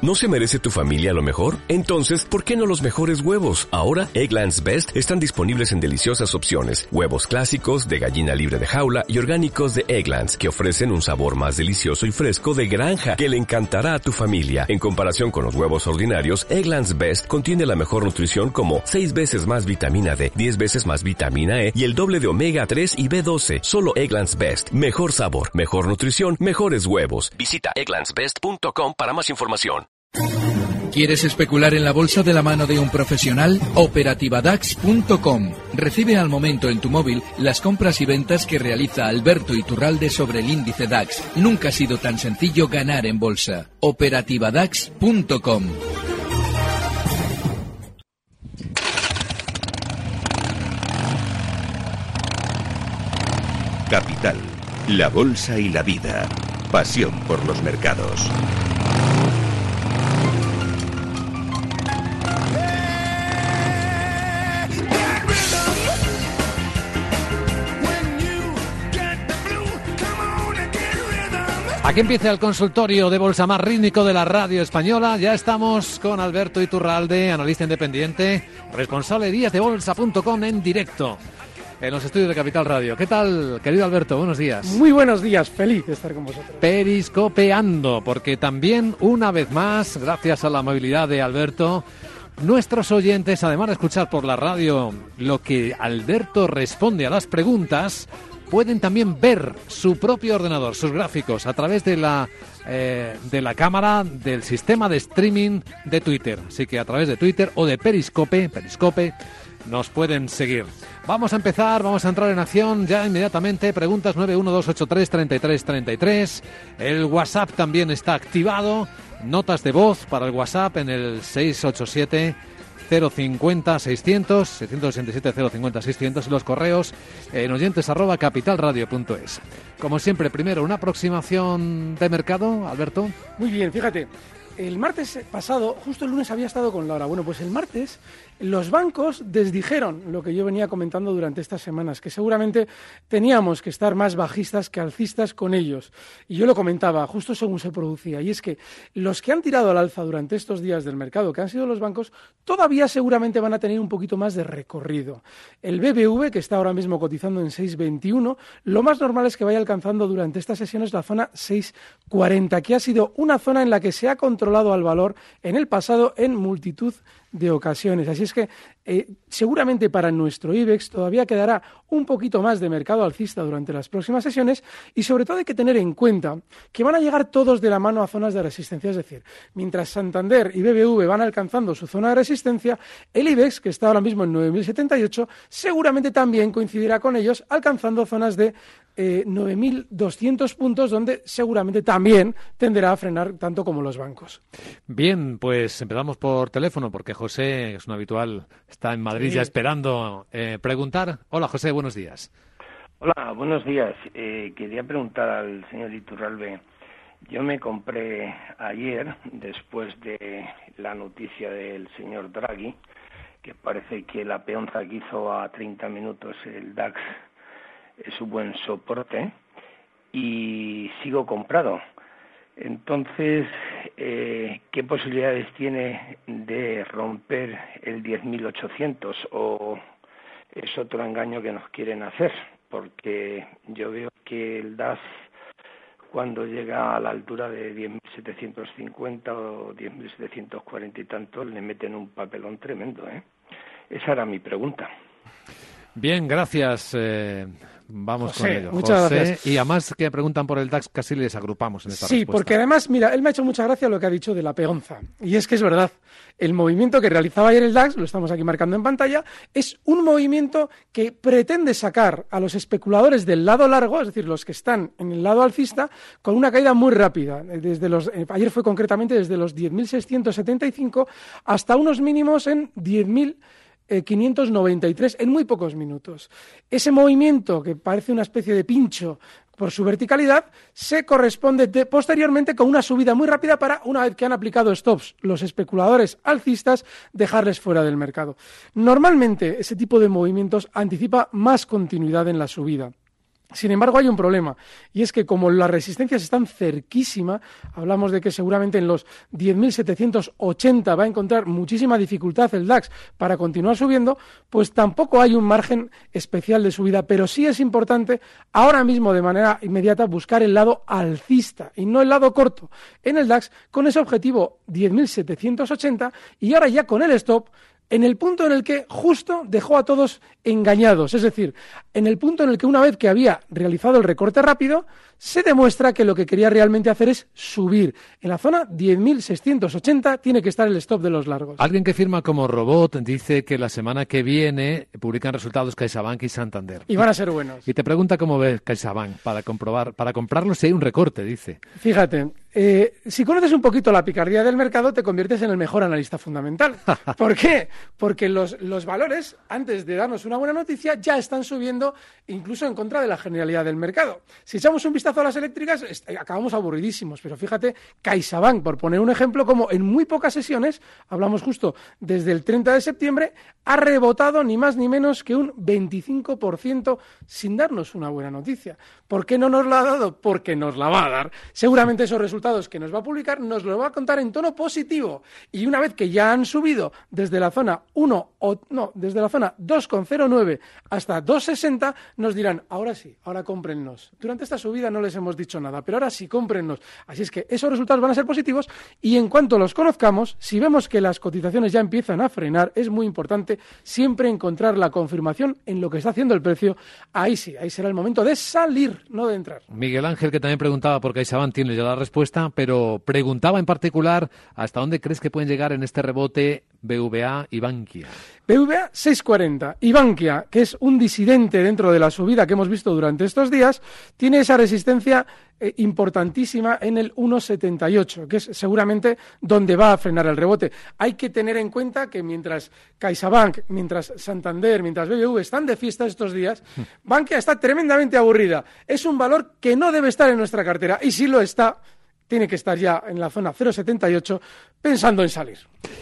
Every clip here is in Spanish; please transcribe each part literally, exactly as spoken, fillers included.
¿No se merece tu familia lo mejor? Entonces, ¿por qué no los mejores huevos? Ahora, Eggland's Best están disponibles en deliciosas opciones. Huevos clásicos, de gallina libre de jaula y orgánicos de Eggland's, que ofrecen un sabor más delicioso y fresco de granja que le encantará a tu familia. En comparación con los huevos ordinarios, Eggland's Best contiene la mejor nutrición como seis veces más vitamina D, diez veces más vitamina E y el doble de omega tres y B doce. Solo Eggland's Best. Mejor sabor, mejor nutrición, mejores huevos. Visita egglands best punto com para más información. ¿Quieres especular en la bolsa de la mano de un profesional? operativa dax punto com. Recibe al momento en tu móvil las compras y ventas que realiza Alberto Iturralde sobre el índice DAX. Nunca ha sido tan sencillo ganar en bolsa. operativa dax punto com. Capital, la bolsa y la vida. Pasión por los mercados. Aquí empieza el consultorio de bolsa más rítmico de la radio española. Ya estamos con Alberto Iturralde, analista independiente, responsable de días de bolsa punto com en directo en los estudios de Capital Radio. ¿Qué tal, querido Alberto? Buenos días. Muy buenos días, feliz de estar con vosotros. Periscopeando, porque también, una vez más, gracias a la amabilidad de Alberto, nuestros oyentes, además de escuchar por la radio lo que Alberto responde a las preguntas, pueden también ver su propio ordenador, sus gráficos, a través de la eh, de la cámara del sistema de streaming de Twitter. Así que a través de Twitter o de Periscope, Periscope, nos pueden seguir. Vamos a empezar, vamos a entrar en acción ya inmediatamente. Preguntas nueve uno dos ocho tres treinta y tres treinta y tres. El WhatsApp también está activado. Notas de voz para el WhatsApp en el seis ocho siete cero cincuenta seiscientos, seiscientos ochenta y siete cero cincuenta seiscientos y los correos en oyentes arroba capitalradio punto es. Como siempre, primero una aproximación de mercado, Alberto. Muy bien, fíjate. El martes pasado, justo el lunes había estado con Laura. Bueno, pues el martes los bancos desdijeron lo que yo venía comentando durante estas semanas, que seguramente teníamos que estar más bajistas que alcistas con ellos. Y yo lo comentaba justo según se producía. Y es que los que han tirado al alza durante estos días del mercado, que han sido los bancos, todavía seguramente van a tener un poquito más de recorrido. El B B V, que está ahora mismo cotizando en seis veintiuno, lo más normal es que vaya alcanzando durante estas sesiones la zona seis cuarenta, que ha sido una zona en la que se ha controlado al valor en el pasado en multitud de ocasiones. Así es que eh, seguramente para nuestro IBEX todavía quedará un poquito más de mercado alcista durante las próximas sesiones y sobre todo hay que tener en cuenta que van a llegar todos de la mano a zonas de resistencia. Es decir, mientras Santander y B B V van alcanzando su zona de resistencia, el IBEX, que está ahora mismo en nueve mil setenta y ocho, seguramente también coincidirá con ellos alcanzando zonas de eh, nueve mil doscientos puntos, donde seguramente también tenderá a frenar tanto como los bancos. Bien, pues empezamos por teléfono porque José, que es un habitual, está en Madrid sí. ya esperando eh, preguntar. Hola José, buenos días. Hola, buenos días. Eh, quería preguntar al señor Iturralde. Yo me compré ayer, después de la noticia del señor Draghi, que parece que la peonza que hizo a treinta minutos el DAX es un buen soporte, y sigo comprado. Entonces, eh, ¿qué posibilidades tiene de romper el diez mil ochocientos o es otro engaño que nos quieren hacer? Porque yo veo que el DAX, cuando llega a la altura de diez mil setecientos cincuenta o diez mil setecientos cuarenta y tantos, le meten un papelón tremendo, ¿eh? Esa era mi pregunta. Bien, gracias. Eh, vamos José, con ello. Muchas José, gracias. Y además que preguntan por el DAX, casi les agrupamos en esta Sí, respuesta. porque además, mira, él me ha hecho mucha gracia lo que ha dicho de la peonza. Y es que es verdad. El movimiento que realizaba ayer el DAX, lo estamos aquí marcando en pantalla, es un movimiento que pretende sacar a los especuladores del lado largo, es decir, los que están en el lado alcista, con una caída muy rápida. Desde los, eh, ayer fue concretamente desde los diez mil seiscientos setenta y cinco hasta unos mínimos en diez mil quinientos noventa y tres en muy pocos minutos. Ese movimiento, que parece una especie de pincho por su verticalidad, se corresponde de, posteriormente con una subida muy rápida para, una vez que han aplicado stops los especuladores alcistas, dejarles fuera del mercado. Normalmente ese tipo de movimientos anticipa más continuidad en la subida. Sin embargo, hay un problema, y es que como las resistencias están cerquísima, hablamos de que seguramente en los diez mil setecientos ochenta va a encontrar muchísima dificultad el DAX para continuar subiendo, pues tampoco hay un margen especial de subida, pero sí es importante ahora mismo de manera inmediata buscar el lado alcista y no el lado corto en el DAX con ese objetivo diez mil setecientos ochenta y ahora ya con el stop en el punto en el que justo dejó a todos engañados, es decir, en el punto en el que una vez que había realizado el recorte rápido, se demuestra que lo que quería realmente hacer es subir. En la zona diez mil seiscientos ochenta tiene que estar el stop de los largos. Alguien que firma como robot dice que la semana que viene publican resultados CaixaBank y Santander. Y van a ser buenos. Y te pregunta cómo ves CaixaBank para comprobar, para comprarlo si hay un recorte, dice. Fíjate, eh, si conoces un poquito la picardía del mercado, te conviertes en el mejor analista fundamental. ¿Por qué? Porque los, los valores, antes de darnos una buena noticia, ya están subiendo incluso en contra de la generalidad del mercado. Si echamos un vistazo a las eléctricas, acabamos aburridísimos, pero fíjate, CaixaBank, por poner un ejemplo, como en muy pocas sesiones, hablamos justo desde el treinta de septiembre, ha rebotado ni más ni menos que un veinticinco por ciento sin darnos una buena noticia. ¿Por qué no nos la ha dado? Porque nos la va a dar. Seguramente esos resultados que nos va a publicar nos los va a contar en tono positivo. Y una vez que ya han subido desde la zona uno o no, desde la zona dos coma cero nueve hasta dos coma sesenta, nos dirán, ahora sí, ahora cómprennos. Durante esta subida no les hemos dicho nada, pero ahora sí, cómprennos. Así es que esos resultados van a ser positivos y en cuanto los conozcamos, si vemos que las cotizaciones ya empiezan a frenar, es muy importante siempre encontrar la confirmación en lo que está haciendo el precio. Ahí sí, ahí será el momento de salir, no de entrar. Miguel Ángel, que también preguntaba por CaixaBank, tiene ya la respuesta, pero preguntaba en particular hasta dónde crees que pueden llegar en este rebote B V A y Bankia. B V A seis cuarenta y Bankia, que es un disidente dentro de la subida que hemos visto durante estos días, tiene esa resistencia eh, importantísima en el uno setenta y ocho, que es seguramente donde va a frenar el rebote. Hay que tener en cuenta que mientras CaixaBank, mientras Santander, mientras B B V están de fiesta estos días, Bankia está tremendamente aburrida. Es un valor que no debe estar en nuestra cartera y si lo está, tiene que estar ya en la zona cero setenta y ocho pensando en salir.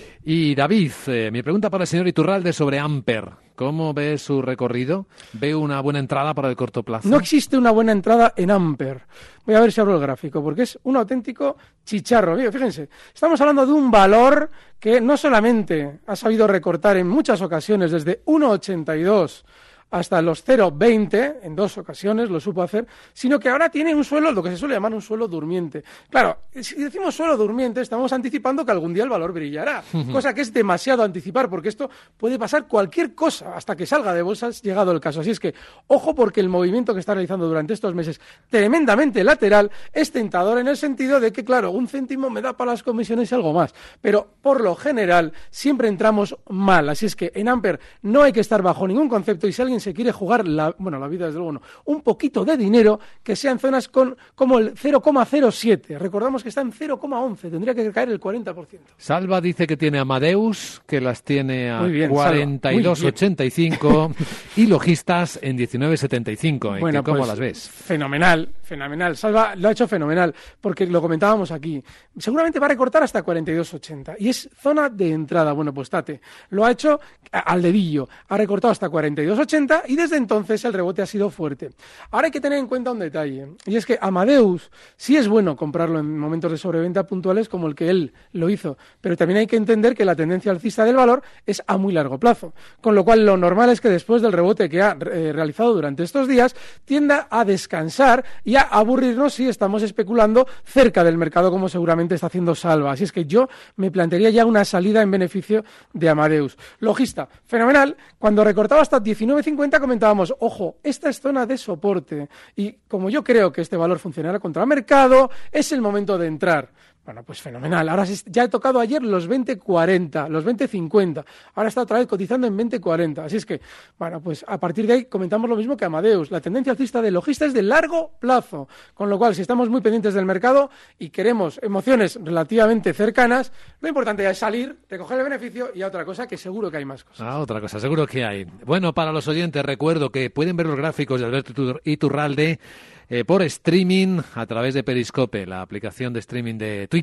Y David, eh, mi pregunta para el señor Iturralde sobre Amper. ¿Cómo ve su recorrido? ¿Ve una buena entrada para el corto plazo? No existe una buena entrada en Amper. Voy a ver si abro el gráfico, porque es un auténtico chicharro. Fíjense, estamos hablando de un valor que no solamente ha sabido recortar en muchas ocasiones desde uno ochenta y dos hasta los cero coma veinte, en dos ocasiones lo supo hacer, sino que ahora tiene un suelo, lo que se suele llamar un suelo durmiente. Claro, si decimos suelo durmiente, estamos anticipando que algún día el valor brillará, uh-huh. cosa que es demasiado anticipar, porque esto puede pasar cualquier cosa, hasta que salga de bolsas, llegado el caso. Así es que, ojo, porque el movimiento que está realizando durante estos meses, tremendamente lateral, es tentador en el sentido de que, claro, un céntimo me da para las comisiones y algo más, pero por lo general siempre entramos mal. Así es que en Amper no hay que estar bajo ningún concepto y si alguien se quiere jugar la, bueno, la vida desde luego no, un poquito de dinero, que sea en zonas con como el cero coma cero siete. Recordamos que está en cero coma once, tendría que caer el cuarenta por ciento. Salva dice que tiene Amadeus, que las tiene a bien, cuarenta y dos ochenta y cinco y Logistas en diecinueve setenta y cinco. Bueno, ¿Cómo pues, las ves? Fenomenal, fenomenal. Salva lo ha hecho fenomenal, porque lo comentábamos aquí. Seguramente va a recortar hasta cuarenta y dos ochenta y es zona de entrada. Bueno, pues Tate lo ha hecho al dedillo, ha recortado hasta cuarenta y dos ochenta y desde entonces el rebote ha sido fuerte. Ahora hay que tener en cuenta un detalle, y es que Amadeus sí es bueno comprarlo en momentos de sobreventa puntuales como el que él lo hizo, pero también hay que entender que la tendencia alcista del valor es a muy largo plazo, con lo cual lo normal es que después del rebote que ha eh, realizado durante estos días tienda a descansar y a aburrirnos si estamos especulando cerca del mercado como seguramente está haciendo Salva. Así es que yo me plantearía ya una salida en beneficio de Amadeus. Logista, fenomenal, cuando recortaba hasta diecinueve cincuenta comentábamos, ojo, esta es zona de soporte y como yo creo que este valor funcionará contra el mercado, es el momento de entrar. Bueno, pues fenomenal. Ahora ya he tocado ayer los veinte cuarenta, los veinte cincuenta. Ahora está otra vez cotizando en veinte cuarenta. Así es que, bueno, pues a partir de ahí comentamos lo mismo que Amadeus. La tendencia alcista de Logista es de largo plazo. Con lo cual, si estamos muy pendientes del mercado y queremos emociones relativamente cercanas, lo importante ya es salir, recoger el beneficio y a otra cosa que seguro que hay más cosas. Ah, otra cosa, seguro que hay. Bueno, para los oyentes, recuerdo que pueden ver los gráficos de Alberto Iturralde Eh, por streaming a través de Periscope, la aplicación de streaming de Twitter.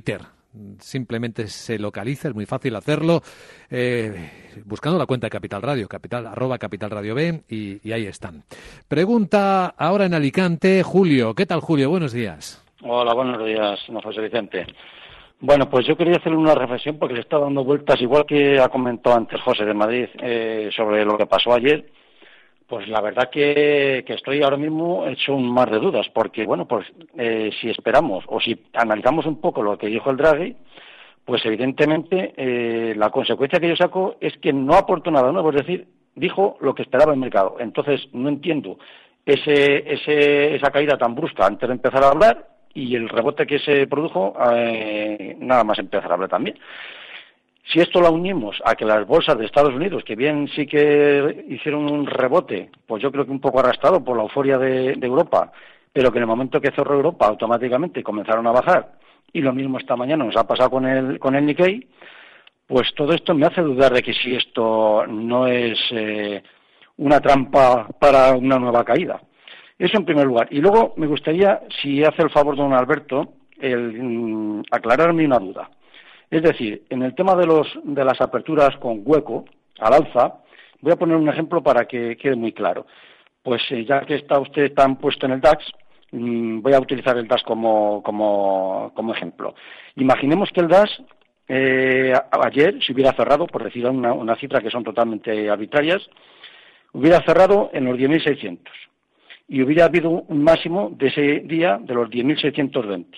simplemente se localiza, es muy fácil hacerlo, eh, buscando la cuenta de Capital Radio, capital arroba Capital Radio B, y, y ahí están. Pregunta ahora en Alicante, Julio. ¿Qué tal, Julio? Buenos días. Hola, buenos días, don José Vicente. Bueno, pues yo quería hacerle una reflexión porque le está dando vueltas, igual que ha comentado antes José de Madrid, eh, sobre lo que pasó ayer. Pues la verdad que, que estoy ahora mismo hecho un mar de dudas, porque, bueno, pues eh, si esperamos o si analizamos un poco lo que dijo el Draghi, pues evidentemente eh, la consecuencia que yo saco es que no aportó nada nuevo, es decir, dijo lo que esperaba el mercado. Entonces, no entiendo ese, ese, esa caída tan brusca antes de empezar a hablar y el rebote que se produjo eh, nada más empezar a hablar también. Si esto lo unimos a que las bolsas de Estados Unidos, que bien sí que hicieron un rebote, pues yo creo que un poco arrastrado por la euforia de, de Europa, pero que en el momento que cerró Europa automáticamente comenzaron a bajar, y lo mismo esta mañana nos ha pasado con el, con el Nikkei, pues todo esto me hace dudar de que si esto no es eh, una trampa para una nueva caída. Eso en primer lugar. Y luego me gustaría, si hace el favor don Alberto, el, mm, aclararme una duda. Es decir, en el tema de los de las aperturas con hueco al alza, voy a poner un ejemplo para que quede muy claro. Pues eh, ya que está usted tan puesto en el DAX, mmm, voy a utilizar el DAX como, como, como ejemplo. Imaginemos que el DAX eh, ayer, si hubiera cerrado, por decir una, una cifra que son totalmente arbitrarias, hubiera cerrado en los diez mil seiscientos y hubiera habido un máximo de ese día de los diez mil seiscientos veinte.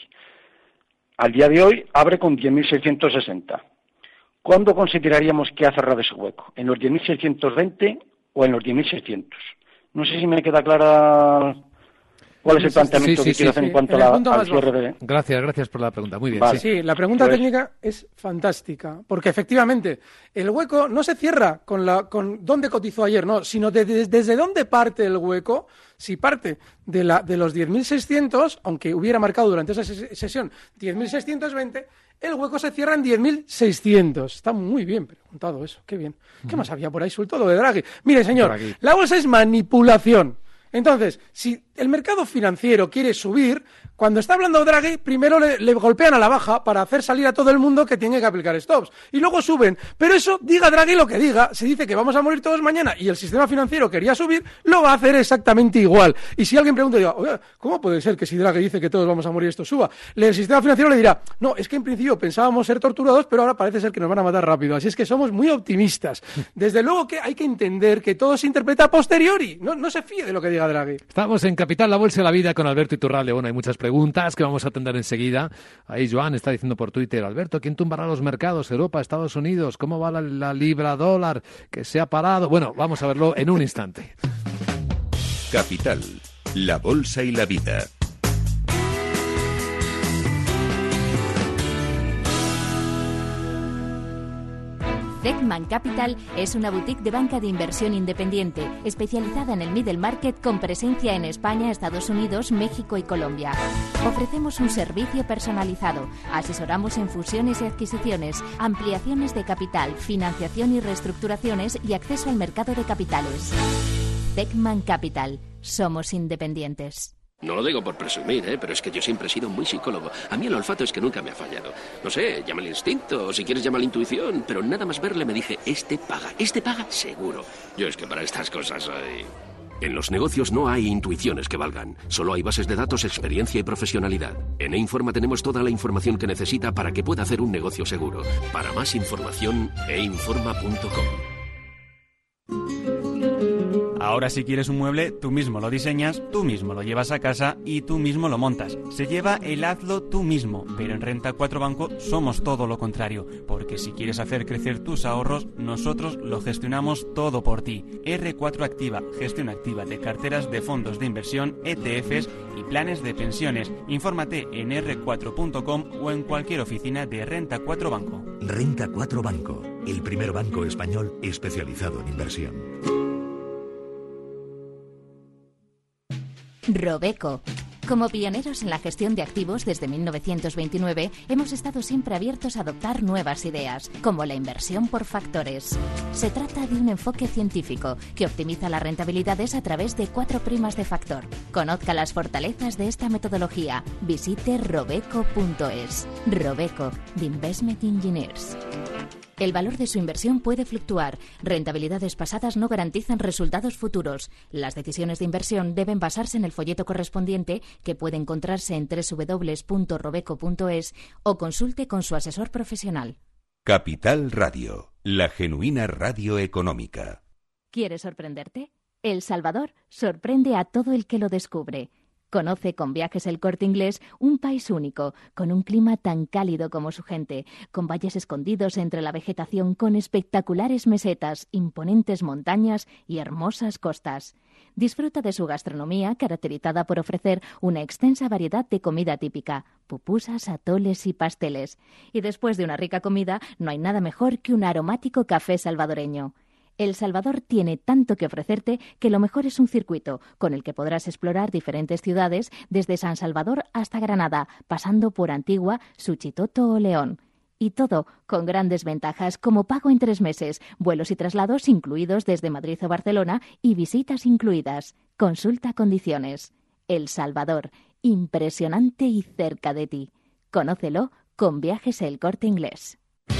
Al día de hoy abre con diez mil seiscientos sesenta. ¿Cuándo consideraríamos que ha cerrado ese hueco? ¿En los diez mil seiscientos veinte o en los diez mil seiscientos? No sé si me queda clara cuál es el planteamiento sí, sí, que quiero sí, hacer sí. en cuanto a la, al cierre de... Gracias, gracias por la pregunta. Muy bien. Vale. Sí. sí, la pregunta pues... técnica es fantástica, porque efectivamente el hueco no se cierra con la con dónde cotizó ayer, no, sino de, de, desde dónde parte el hueco. Si parte de, la, de los diez mil seiscientos, aunque hubiera marcado durante esa sesión diez mil seiscientos veinte, el hueco se cierra en diez mil seiscientos. Está muy bien preguntado eso, qué bien. ¿Qué más había por ahí suelto? Lo de Draghi. Mire, señor, la bolsa es manipulación. Entonces, si el mercado financiero quiere subir, cuando está hablando Draghi, primero le, le golpean a la baja para hacer salir a todo el mundo que tiene que aplicar stops. Y luego suben. Pero eso, diga Draghi lo que diga, se dice que vamos a morir todos mañana y el sistema financiero quería subir, lo va a hacer exactamente igual. Y si alguien pregunta, diga, oye, ¿cómo puede ser que si Draghi dice que todos vamos a morir esto suba? El sistema financiero le dirá, no, es que en principio pensábamos ser torturados, pero ahora parece ser que nos van a matar rápido. Así es que somos muy optimistas. Desde luego que hay que entender que todo se interpreta a posteriori. No, no se fíe de lo que diga Draghi. Estamos en Capital, la Bolsa y la Vida con Alberto Iturralde. Bueno, hay muchas preguntas que vamos a atender enseguida. Ahí Joan está diciendo por Twitter, Alberto, ¿quién tumbará los mercados? Europa, Estados Unidos, ¿cómo va la, la libra dólar que se ha parado? Bueno, vamos a verlo en un instante. Capital, la Bolsa y la Vida. Beckman Capital es una boutique de banca de inversión independiente, especializada en el middle market con presencia en España, Estados Unidos, México y Colombia. Ofrecemos un servicio personalizado, asesoramos en fusiones y adquisiciones, ampliaciones de capital, financiación y reestructuraciones y acceso al mercado de capitales. Beckman Capital, somos independientes. No lo digo por presumir, ¿eh? Pero es que yo siempre he sido muy psicólogo. A mí el olfato es que nunca me ha fallado. No sé, llama el instinto, o si quieres llama la intuición, pero nada más verle me dije, este paga, este paga seguro. Yo es que para estas cosas soy... En los negocios no hay intuiciones que valgan. Solo hay bases de datos, experiencia y profesionalidad. En E-Informa tenemos toda la información que necesita para que pueda hacer un negocio seguro. Para más información, e informa punto com. Ahora si quieres un mueble, tú mismo lo diseñas, tú mismo lo llevas a casa y tú mismo lo montas. Se lleva el hazlo tú mismo, pero en Renta cuatro Banco somos todo lo contrario, porque si quieres hacer crecer tus ahorros, nosotros lo gestionamos todo por ti. erre cuatro Activa, gestión activa de carteras de fondos de inversión, E T Fs y planes de pensiones. Infórmate en erre cuatro punto com o en cualquier oficina de Renta cuatro Banco. Renta cuatro Banco, el primer banco español especializado en inversión. Robeco, Como pioneros en la gestión de activos desde mil novecientos veintinueve, hemos estado siempre abiertos a adoptar nuevas ideas, como la inversión por factores. Se trata de un enfoque científico que optimiza las rentabilidades a través de cuatro primas de factor. Conozca las fortalezas de esta metodología. Visite robeco punto es. Robeco, The Investment Engineers. El valor de su inversión puede fluctuar. Rentabilidades pasadas no garantizan resultados futuros. Las decisiones de inversión deben basarse en el folleto correspondiente, que puede encontrarse en doble u doble u doble u punto robeco punto es o consulte con su asesor profesional. Capital Radio, la genuina radio económica. ¿Quieres sorprenderte? El Salvador sorprende a todo el que lo descubre. Conoce con Viajes El Corte Inglés un país único, con un clima tan cálido como su gente, con valles escondidos entre la vegetación, con espectaculares mesetas, imponentes montañas y hermosas costas. Disfruta de su gastronomía, caracterizada por ofrecer una extensa variedad de comida típica, pupusas, atoles y pasteles. Y después de una rica comida, no hay nada mejor que un aromático café salvadoreño. El Salvador tiene tanto que ofrecerte que lo mejor es un circuito con el que podrás explorar diferentes ciudades desde San Salvador hasta Granada, pasando por Antigua, Suchitoto o León. Y todo con grandes ventajas como pago en tres meses, vuelos y traslados incluidos desde Madrid o Barcelona y visitas incluidas. Consulta condiciones. El Salvador, impresionante y cerca de ti. Conócelo con Viajes El Corte Inglés.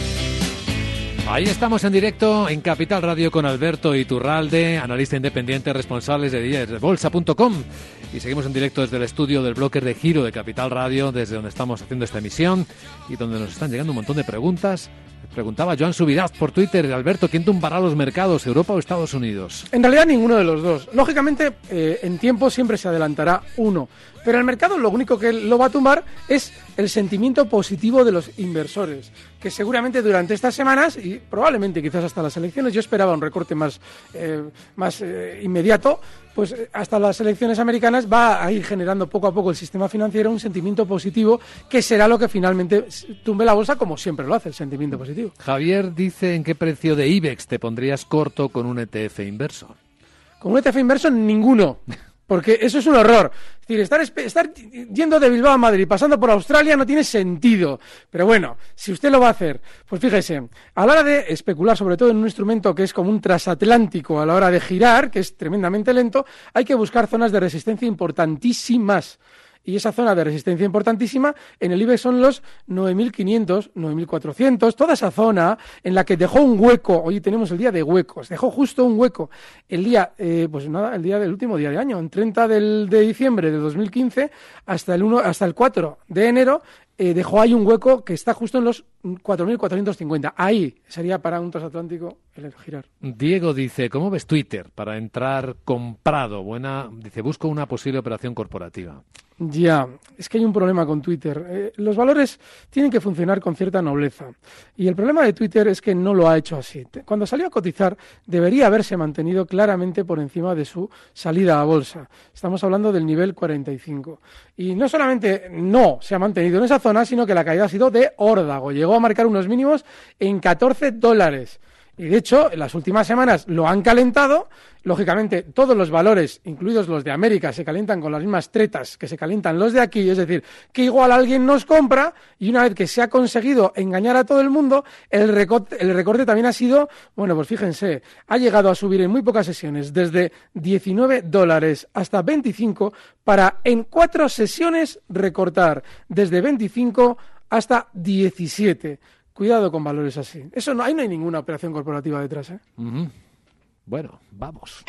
Ahí estamos en directo en Capital Radio con Alberto Iturralde, analista independiente, responsables de diez bolsa punto com. Y seguimos en directo desde el estudio del bloque de Giro de Capital Radio, desde donde estamos haciendo esta emisión y donde nos están llegando un montón de preguntas. Preguntaba Joan Subirás por Twitter: Alberto, ¿quién tumbará los mercados, Europa o Estados Unidos? En realidad ninguno de los dos. Lógicamente, eh, en tiempo siempre se adelantará uno. Pero el mercado lo único que lo va a tumbar es el sentimiento positivo de los inversores, que seguramente durante estas semanas, y probablemente quizás hasta las elecciones, yo esperaba un recorte más, eh, más eh, inmediato, pues hasta las elecciones americanas va a ir generando poco a poco el sistema financiero un sentimiento positivo, que será lo que finalmente tumbe la bolsa, como siempre lo hace, el sentimiento positivo. Javier dice: ¿en qué precio de IBEX te pondrías corto con un E T F inverso? Con un E T F inverso, ninguno. Porque eso es un horror. Es decir, estar, estar yendo de Bilbao a Madrid, pasando por Australia, no tiene sentido. Pero bueno, si usted lo va a hacer, pues fíjese, a la hora de especular, sobre todo en un instrumento que es como un transatlántico, a la hora de girar, que es tremendamente lento, hay que buscar zonas de resistencia importantísimas. Y esa zona de resistencia importantísima en el IBEX son los nueve mil quinientos, nueve mil cuatrocientos, toda esa zona en la que dejó un hueco. Hoy tenemos el día de huecos, dejó justo un hueco. El día, eh, pues nada, el día del último día de año, en treinta del, de diciembre de dos mil quince hasta el uno, hasta el cuatro de enero, eh, dejó ahí un hueco que está justo en los cuatro mil cuatrocientos cincuenta. Ahí sería para un transatlántico el girar. Diego dice: ¿cómo ves Twitter para entrar comprado? Buena, dice, busco una posible operación corporativa. Ya, es que hay un problema con Twitter. Eh, los valores tienen que funcionar con cierta nobleza. Y el problema de Twitter es que no lo ha hecho así. Cuando salió a cotizar, debería haberse mantenido claramente por encima de su salida a bolsa. Estamos hablando del nivel cuarenta y cinco. Y no solamente no se ha mantenido en esa zona, sino que la caída ha sido de órdago. Llegó a marcar unos mínimos en catorce dólares. Y de hecho, en las últimas semanas lo han calentado. Lógicamente, todos los valores, incluidos los de América, se calientan con las mismas tretas que se calientan los de aquí. Es decir, que igual alguien nos compra y una vez que se ha conseguido engañar a todo el mundo, el recorte, el recorte también ha sido, bueno, pues fíjense, ha llegado a subir en muy pocas sesiones, desde diecinueve dólares hasta veinticinco, para en cuatro sesiones recortar desde veinticinco hasta diecisiete. Cuidado con valores así. Eso no, ahí no hay ninguna operación corporativa detrás, ¿eh? Uh-huh. Bueno, vamos.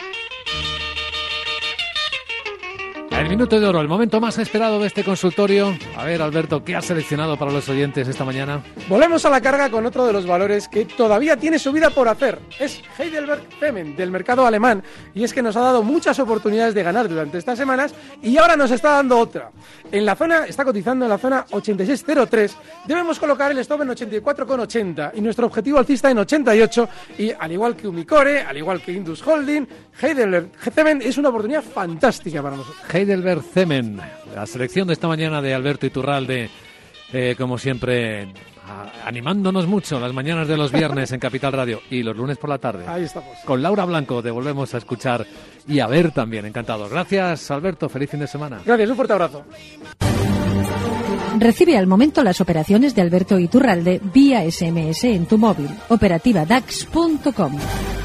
El minuto de oro, el momento más esperado de este consultorio. A ver, Alberto, ¿qué has seleccionado para los oyentes esta mañana? Volvemos a la carga con otro de los valores que todavía tiene su vida por hacer. Es Heidelberg Cement, del mercado alemán. Y es que nos ha dado muchas oportunidades de ganar durante estas semanas y ahora nos está dando otra. En la zona, está cotizando en la zona ochenta y seis cero tres. Debemos colocar el stop en ochenta y cuatro coma ochenta y nuestro objetivo alcista en ochenta y ocho. Y al igual que Umicore, al igual que Indus Holding, Heidelberg Cement es una oportunidad fantástica para nosotros. Heidelberg Cement, la selección de esta mañana de Alberto Iturralde, eh, como siempre, a- animándonos mucho las mañanas de los viernes en Capital Radio y los lunes por la tarde. Ahí estamos. Con Laura Blanco te volvemos a escuchar y a ver también, encantados. Gracias, Alberto, feliz fin de semana. Gracias, un fuerte abrazo. Recibe al momento las operaciones de Alberto Iturralde vía ese eme ese en tu móvil. operativa dax punto com.